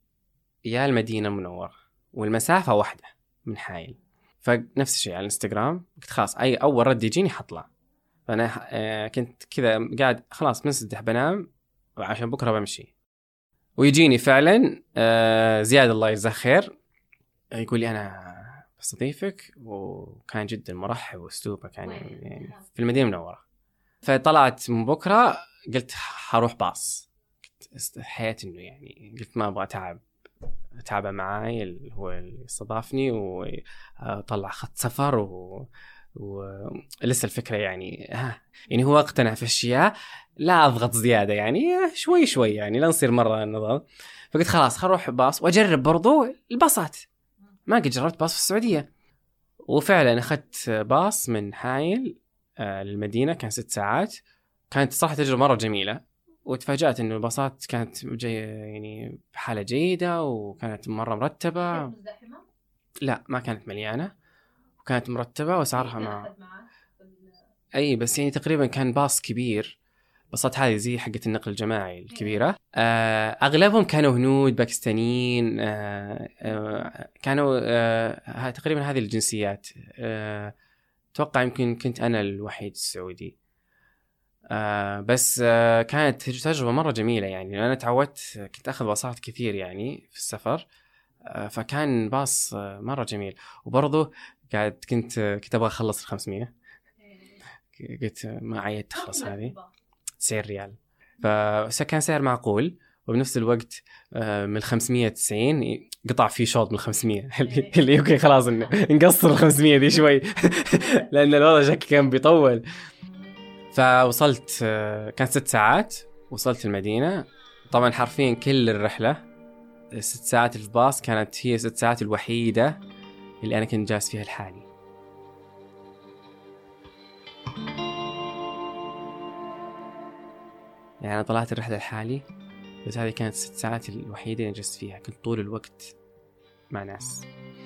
Speaker 2: يا المدينة المنورة، والمسافة واحدة من حايل. فنفس الشيء على الانستغرام قلت خلاص أي أول رد يجيني حطلع. فأنا آه كنت كذا قاعد خلاص منسدح بنام عشان بكرة بمشي. ويجيني فعلا آه زياد الله يجزاه خير يقول لي أنا بستضيفك، وكان جدا مرحب وأسلوبه كان يعني في المدينة المنورة. فطلعت من بكرة قلت حروح باص، قلت استحيت إنه يعني قلت ما أبغى أتعب أتعب معاي اللي هو اللي استضافني وطلع خط سفر و... ولسه الفكرة يعني ها يعني هو اقتنع في أشياء لا أضغط زيادة يعني شوي شوي يعني لا نصير مرة نضغط. فقلت خلاص خروح باص وأجرب برضو الباصات، ما قد جربت باص في السعودية. وفعلا أخذت باص من حايل آه للمدينة، كان ست ساعات. كانت صراحة تجربة مرة جميلة، وتفاجأت إنه الباصات كانت جي يعني بحالة جيدة وكانت مرة مرتبة. لا ما كانت مليانة وكانت مرتبة وسعرها ما أي بس يعني تقريبا كان باص كبير. باصات هذه زي حقة النقل الجماعي الكبيرة. آه أغلبهم كانوا هنود باكستانيين، آه آه كانوا آه تقريبا هذه الجنسيات. آه توقع يمكن كنت أنا الوحيد السعودي. آه بس آه كانت تجربة مرة جميلة يعني. أنا تعودت كنت أخذ باصات كثير يعني في السفر، آه فكان باص آه مرة جميل. وبرضه قاعد كنت كنت أبغى أخلص الخمسمية، قلت ما عيت تخلص هذه تسعين ريال. فكان سعر معقول، وبنفس الوقت آه من الخمسمية تسعين قطع فيه شوط من الخمسمية اللي يمكن خلاص نقصر الخمسمية دي شوي لأن الوضع شكل كان بيطول. فوصلت آه كان ست ساعات وصلت المدينة. طبعا حرفيا كل الرحلة الست ساعات في الباص كانت هي ست ساعات الوحيدة اللي أنا كنت جالس فيها لحالي. يعني أنا طلعت الرحلة لحالي، بس هذه كانت ست ساعات الوحيدة اللي جلست فيها، كنت طول الوقت مع ناس.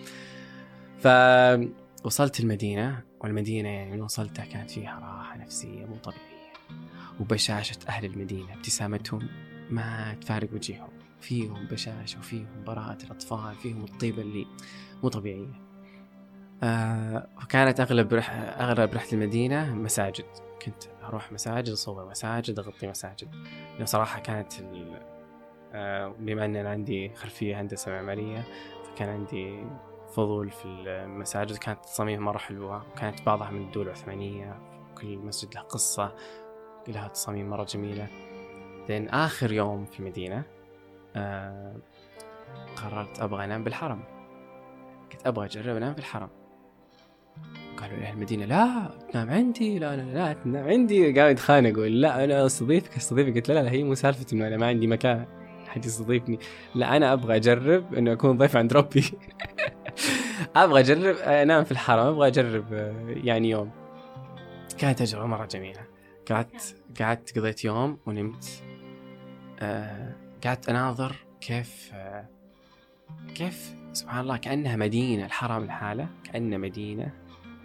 Speaker 2: فوصلت المدينة، والمدينة يعني من وصلتها كانت فيها راحة نفسية مو طبيعية، وبشاشة أهل المدينة، ابتسامتهم ما تفارق وجههم، فيهم بشاشة وفيهم براءة الأطفال، فيهم الطيبة اللي مو طبيعية. آه وكانت أغلب رح... أغلب رحلة المدينة مساجد، كنت أروح مساجد، أصور مساجد، أغطي مساجد. لأن صراحة كانت ال... آه بما أن أنا عندي خلفية هندسة معمارية، فكان عندي فضول في المساجد، كانت تصاميمها مرة حلوة، وكانت بعضها من الدول العثمانية، كل مسجد له قصة، لها تصاميم مرة جميلة. لأن آخر يوم في المدينة آه قررت أبغى أنام بالحرم، كنت أبغى أجرب أنام في الحرم. قالوا لي المدينة لا تنام عندي، لا لا لا تنام عندي، قاعد يتخانق يقول لا أنا أستضيفك أستضيفك. قلت لا لا هي مو سالفة إنه أنا ما عندي مكان حد يستضيفني، لا أنا أبغى أجرب إنه أكون ضيف عند ربي. أبغى أجرب أنام في الحرم، أبغى أجرب يعني يوم. كانت تجربة مرة جميلة. قعدت قعدت قضيت يوم ونمت. آه قعدت أناظر كيف آه كيف سبحان الله كأنها مدينة، الحرم الحالة كأنها مدينة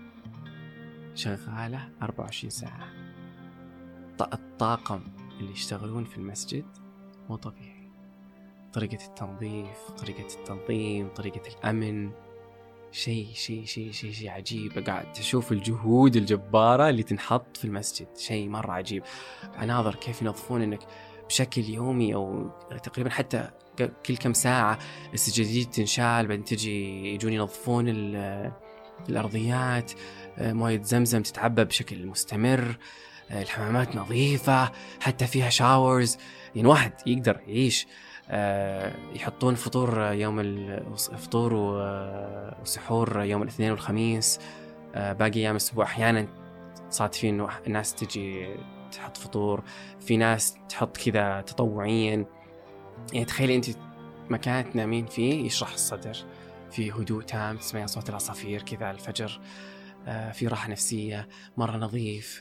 Speaker 2: شغالة أربعة وعشرين ساعة. الطاقم اللي يشتغلون في المسجد مو طبيعي، طريقة التنظيف، طريقة التنظيم، طريقة الأمن، شيء شيء شيء شيء شيء عجيب. قاعد تشوف الجهود الجبارة اللي تنحط في المسجد، شيء مرة عجيب. أناظر كيف ينظفون إنك بشكل يومي أو تقريبا حتى كل كم ساعة السجاديد تنشال، بعدين تجي يجون ينظفون الأرضيات، موية زمزم تتعبى بشكل مستمر، الحمامات نظيفة حتى فيها شاورز، يعني واحد يقدر يعيش. يحطون فطور يوم الفطور وسحور يوم الاثنين والخميس، باقي أيام الأسبوع أحيانا صادفين إنه الناس تجي تحط فطور، في ناس تحط كذا تطوعيا. يعني تخيلي أنت مكان تنامين فيه يشرح الصدر، في هدوء تام، تسمعين صوت العصافير كذا على الفجر، في راحة نفسية، مرة نظيف.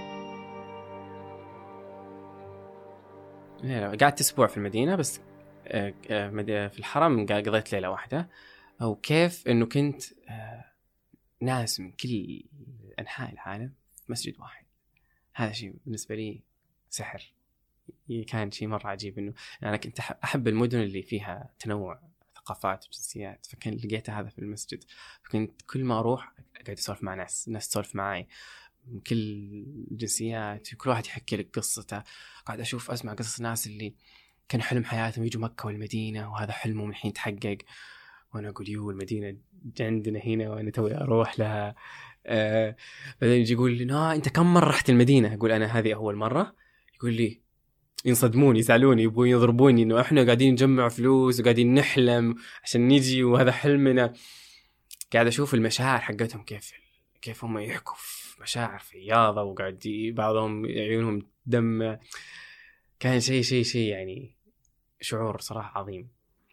Speaker 2: قعدت أسبوع في المدينة، بس في الحرم قضيت ليلة واحدة. أو كيف إنه كنت ناس من كل أنحاء العالم في مسجد واحد، هذا شيء بالنسبة لي سحر، كان شيء مرة عجيب. إنه أنا كنت أحب المدن اللي فيها تنوع ثقافات وجنسيات، فكان لقيت هذا في المسجد. فكنت كل ما أروح قاعد أسولف مع ناس، الناس تسولف معي من كل الجنسيات، كل واحد يحكي لك قصته. قاعد أشوف أسمع قصص الناس اللي كان حلم حياتهم يجوا مكة والمدينة، وهذا حلمه من الحين تحقق. وأنا أقول يو المدينة عندنا هنا وأنا توي أروح لها. آه بعدين يجي يقول لي نا أنت كم مرة رحت المدينة؟ أقول أنا هذه أول مرة. يقول لي ينصدمون يزعلون يبغون يضربوني إنه إحنا قاعدين نجمع فلوس وقاعدين نحلم عشان نيجي وهذا حلمنا. قاعد أشوف المشاعر حقتهم كيف كيف هم يحكوا في مشاعر في رياضة، وقاعد بعضهم عيونهم دم. كان شيء شيء شيء يعني شعور صراحة عظيم.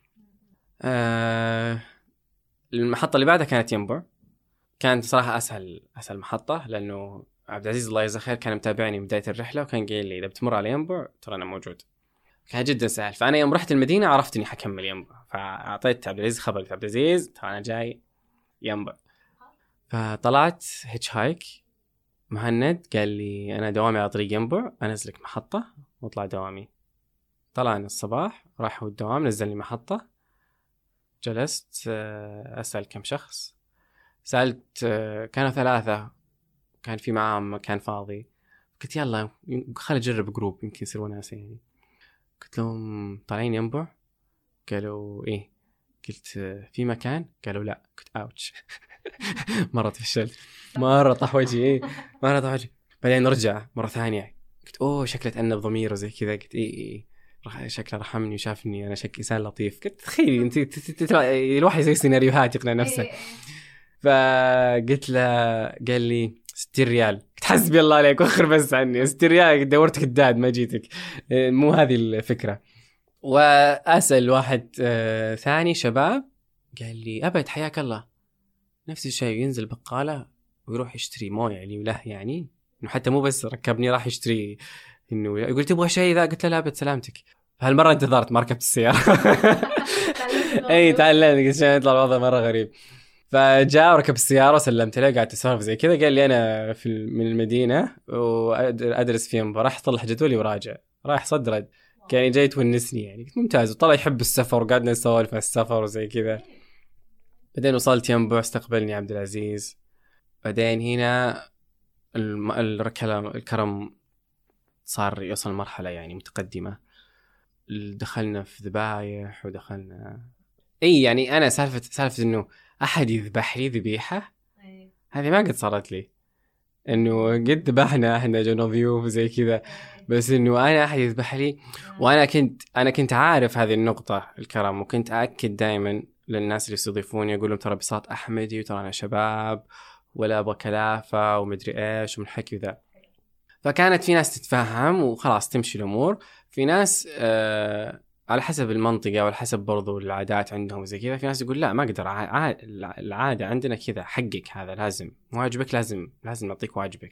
Speaker 2: آه المحطة اللي بعدها كانت ينبع. كانت صراحة أسهل أسهل محطة، لأنه عبد العزيز الله يجزاه خير كان متابعني من بداية الرحلة، وكان قايل لي إذا بتمر على ينبع ترى أنا موجود. كان جدا سهل. فأنا يوم رحت المدينة عرفت إني حكمل ينبع، فأعطيت عبد العزيز خبر، عبد العزيز ترى أنا جاي ينبع. فطلعت هيتش هايك. مهند قال لي أنا دوامي على طريق ينبع، أنزلك محطة واطلع دوامي. طلعنا الصباح راحوا الدوام، نزلني محطة، جلست أسأل كم شخص. سألت كانوا ثلاثة، كان في معهم مكان فاضي. قلت يلا خلي أجرب جروب يمكن يصير وناسة يعني. قلت لهم طالعين ينبع؟ قالوا إيه. قلت في مكان؟ قالوا لا. قلت أوتش. مرة تفشلت، مرة طاح وجهي. إيه مرة طاح وجهي. بعدين نرجع مرة ثانية، قلت أوه شكله تأنب ضميره زي كذا. قلت إيه إيه شكله رحمني وشافني أنا شكل إنسان لطيف. قلت تخيلي أنت الواحد يسوي سيناريوهات يقنع نفسه. فقلت له، قال لي ستين ريال. قلت حسبي الله عليك وأخر بس عني ستين ريال، دورت كداد ما جيتك، مو هذه الفكرة. واسال واحد آه ثاني شباب قال لي ابد حياك الله نفس الشيء، ينزل بقاله ويروح يشتري مويه لي وله، يعني انه حتى مو بس ركبني راح يشتري، انه يقول تبغى شيء ذا، قلت له لا ابد سلامتك. هالمره انتظرت ما ركبت السياره. اي تعلمت عشان يطلع الوضع مره غريب. فجاء وركب السياره وسلمت له، قعدت اسولف زي كذا، قال لي انا في من المدينه وادرس في ينبع، راح اطلع جدولي وراجع، رايح صدرد، كان جاي تونسني يعني. كنت ممتاز، وطلع يحب السفر وقعدنا نسولف عن السفر وزي كذا. بعدين وصلت ينبع، استقبلني عبد العزيز. بعدين هنا الكلام الكرم صار يوصل مرحله يعني متقدمه، دخلنا في ذبايح ودخلنا اي يعني انا سالفه سالفه انه احد يذبح لي ذبيحه هذه ما قد صارت لي، انه قد ذبحنا احنا جونا ضيوف زي كذا، بس انه انا احد يذبح لي. وانا كنت انا كنت عارف هذه النقطه الكرم، وكنت اكد دائما للناس اللي يستضيفوني اقول لهم ترى بساط احمدي وترى انا شباب ولا ابغى كلافه ومدري ايش ومن حكي ذا. فكانت في ناس تتفهم وخلاص تمشي الامور، في ناس آه على حسب المنطقه وعلى حسب برضو العادات عندهم زي كذا. في ناس يقول لا ما اقدر، عاد العاده عندنا كذا، حقك هذا لازم، واجبك لازم لازم نعطيك واجبك.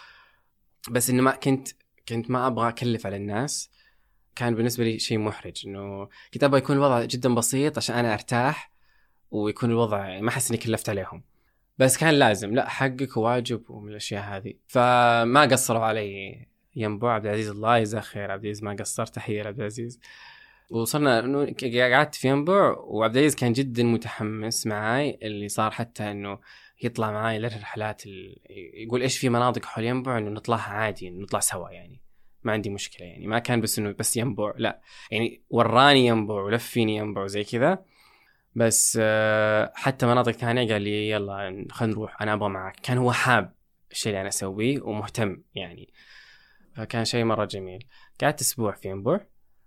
Speaker 2: بس انه ما كنت كنت ما ابغى اكلف على الناس، كان بالنسبه لي شيء محرج، انه كنت ابغى يكون الوضع جدا بسيط عشان انا ارتاح ويكون الوضع ما احس اني كلفت عليهم، بس كان لازم لا حقك وواجب ومن الاشياء هذه. فما قصروا علي ينبع. عبد العزيز الله يجزاه خير، عبد العزيز ما قصر، تحيه لعبد العزيز. وصلنا انه قعدت في ينبع، وعبد العزيز كان جدا متحمس معاي، اللي صار حتى انه يطلع معاي للرحلات، يقول ايش في مناطق حول ينبع انه نطلعها عادي، نطلع سوا يعني ما عندي مشكله، يعني ما كان بس انه بس ينبع، لا يعني وراني ينبع ولفيني ينبع وزي كذا. بس حتى مناطق ثانيه قال لي يلا خلينا نروح انا ابغى معك، كان هو حاب الشيء اللي انا اسويه ومهتم يعني، فكان شيء مره جميل. قعدت اسبوع في ينبع،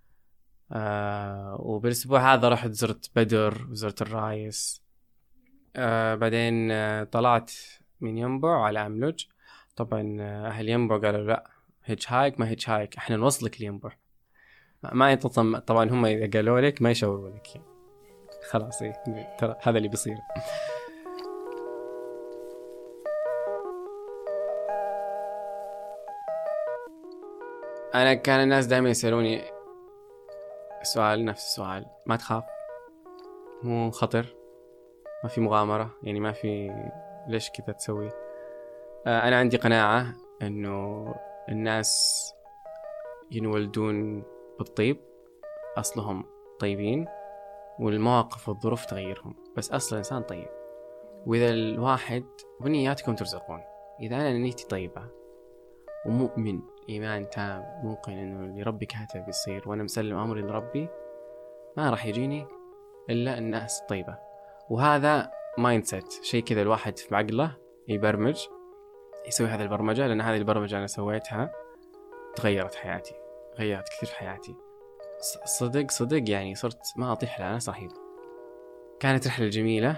Speaker 2: آه وبالاسبوع هذا رحت زرت بدر وزرت الرايس. آه بعدين آه طلعت من ينبع على أملج. طبعا آه اهل ينبع قالوا لا هيتش هايك، ما هيتش هايك احنا نوصلك لينبع، ما ينتظم. طبعا هم اذا قالوا لك ما يشاوروا لك يعني. خلاص ايه ترى هذا اللي بيصير. انا كان الناس دائما يسالوني سؤال نفس السؤال، ما تخاف؟ مو خطر؟ ما في مغامرة؟ يعني ما في ليش كذا تسوي؟ آه أنا عندي قناعة إنه الناس ينولدون بالطيب، أصلهم طيبين، والمواقف والظروف تغيرهم، بس أصل الإنسان طيب. وإذا الواحد بنياتكم ترزقون، إذا أنا نيتي طيبة ومؤمن إيمان تام موقن إنه اللي ربي كاتب بيصير وأنا مسلم أمري لربي، ما راح يجيني إلا الناس طيبة. وهذا مايندسيت، شيء كذا الواحد في عقله يبرمج، يسوي هذه البرمجة، لأن هذه البرمجة أنا سويتها تغيرت حياتي، غيرت كثير في حياتي. صدق صدق يعني صرت ما أطيح لناس رهيب. كانت رحلة جميلة،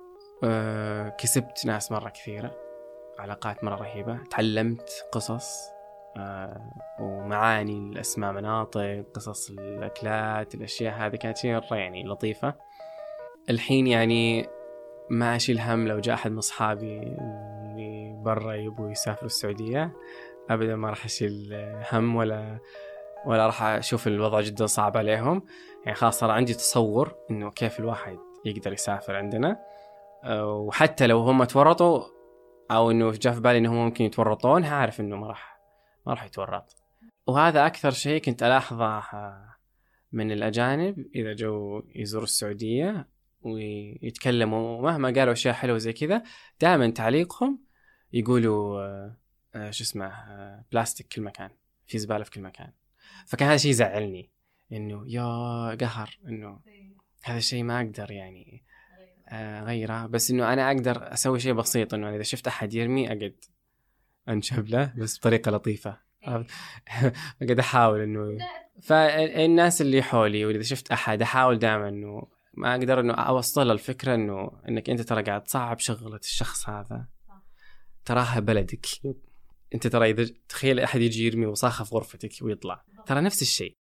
Speaker 2: أه كسبت ناس مرة كثيرة، علاقات مرة رهيبة، تعلمت قصص أه ومعاني الأسماء، مناطق، قصص الأكلات، الأشياء هذه كانت شيء مرة يعني لطيفة. الحين يعني ما أشيل هم لو جاء أحد من أصحابي اللي برا يبوا يسافروا السعودية، أبدا ما راح أشيل هم ولا ولا راح أشوف الوضع جدا صعب عليهم. يعني خلاص صار عندي تصور إنه كيف الواحد يقدر يسافر عندنا، وحتى لو هم تورطوا أو إنه جاء في بالي إنهم ممكن يتورطون، هعرف إنه ما راح ما راح يتورط. وهذا أكثر شيء كنت ألاحظه من الأجانب إذا جو يزوروا السعودية ويتكلموا، مهما قالوا أشياء حلوة زي كذا، دائما تعليقهم يقولوا آه شو اسمه آه بلاستيك كل مكان، في زبالة في كل مكان. فكان هذا شيء يزعلني، إنه يا قهر إنه هذا الشيء ما أقدر يعني آه غيره، بس إنه أنا أقدر أسوي شيء بسيط، إنه إذا شفت أحد يرمي أقعد أنشب له بس بطريقة لطيفة، أقعد أحاول إنه. فالناس اللي حولي وإذا شفت أحد أحاول دائما إنه ما أقدر إنه أوصل الفكرة إنه إنك أنت ترى قاعد تصعب شغلة الشخص هذا، تراها بلدك أنت، ترى إذا تخيل أحد يجي يرمي وصاخة في غرفتك ويطلع، ترى نفس الشيء،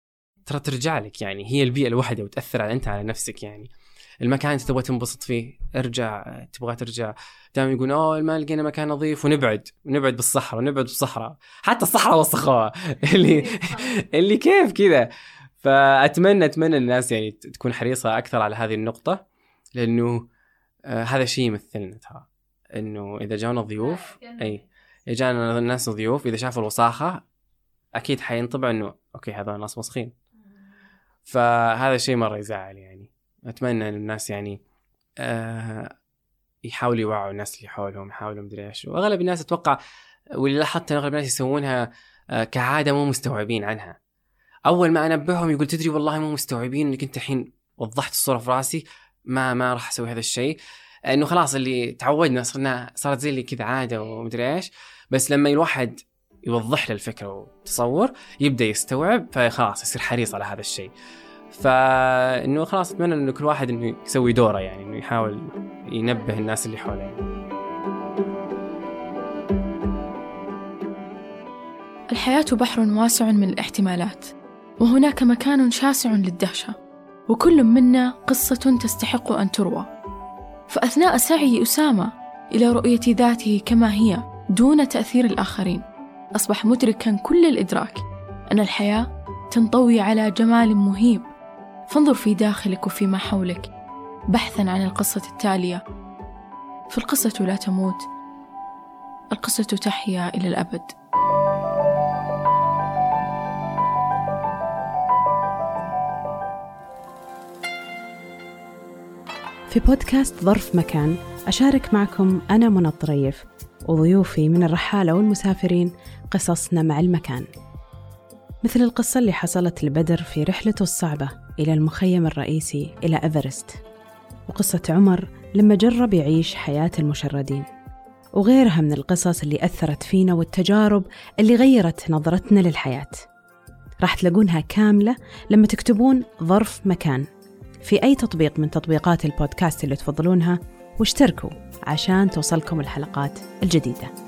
Speaker 2: ترى ترجع لك، يعني هي البيئة الوحدة وتأثر على أنت على نفسك. يعني المكان أنت تبغى تنبسط فيه ارجع، تبغى ترجع. دائما يقول أوه ما لقينا مكان نظيف ونبعد ونبعد بالصحراء ونبعد بالصحراء، حتى الصحراء وسخوها اللي اللي كيف كذا. فأتمنى أتمنى الناس يعني تكون حريصة أكثر على هذه النقطة، لأنه آه هذا شيء يمثلنا ترى، إنه إذا جانا ضيوف أي إذا جانا الناس ضيوف إذا شافوا الوساخة أكيد حينطبع إنه أوكي هذا ناس وسخين. فهذا شيء مرة يزعل. يعني أتمنى أن الناس يعني آه يحاولوا يوعوا الناس اللي حولهم، يحاولوا مدري إيش. وأغلب الناس أتوقع واللي لاحظت أغلب الناس يسوونها آه كعادة مو مستوعبين عنها. أول ما أنبههم يقول تدري والله مو مستوعبين إنك أنت الحين وضحت الصورة في راسي، ما ما راح أسوي هذا الشيء. إنه خلاص اللي تعودنا صرنا صارت زي اللي كذا عادة ومدري إيش. بس لما الواحد يوضح له الفكرة وتصور يبدأ يستوعب، فخلاص يصير حريص على هذا الشيء. فإنه خلاص أتمنى إنه كل واحد إنه يسوي دوره، يعني إنه يحاول ينبه الناس اللي حوله. يعني.
Speaker 3: الحياة بحر واسع من الاحتمالات، وهناك مكان شاسع للدهشة، وكل منا قصة تستحق أن تروى. فأثناء سعي أسامة إلى رؤية ذاته كما هي دون تأثير الآخرين، أصبح مدركاً كل الإدراك أن الحياة تنطوي على جمال مهيب. فانظر في داخلك وفيما حولك بحثاً عن القصة التالية. فالقصة لا تموت، القصة تحيا إلى الأبد.
Speaker 4: في بودكاست ظرف مكان أشارك معكم أنا منى الطريف وضيوفي من الرحالة والمسافرين قصصنا مع المكان، مثل القصة اللي حصلت لبدر في رحلته الصعبة إلى المخيم الرئيسي إلى إيفرست، وقصة عمر لما جرب يعيش حياة المشردين، وغيرها من القصص اللي أثرت فينا والتجارب اللي غيرت نظرتنا للحياة. راح تلاقونها كاملة لما تكتبون ظرف مكان في أي تطبيق من تطبيقات البودكاست اللي تفضلونها، واشتركوا عشان توصلكم الحلقات الجديدة.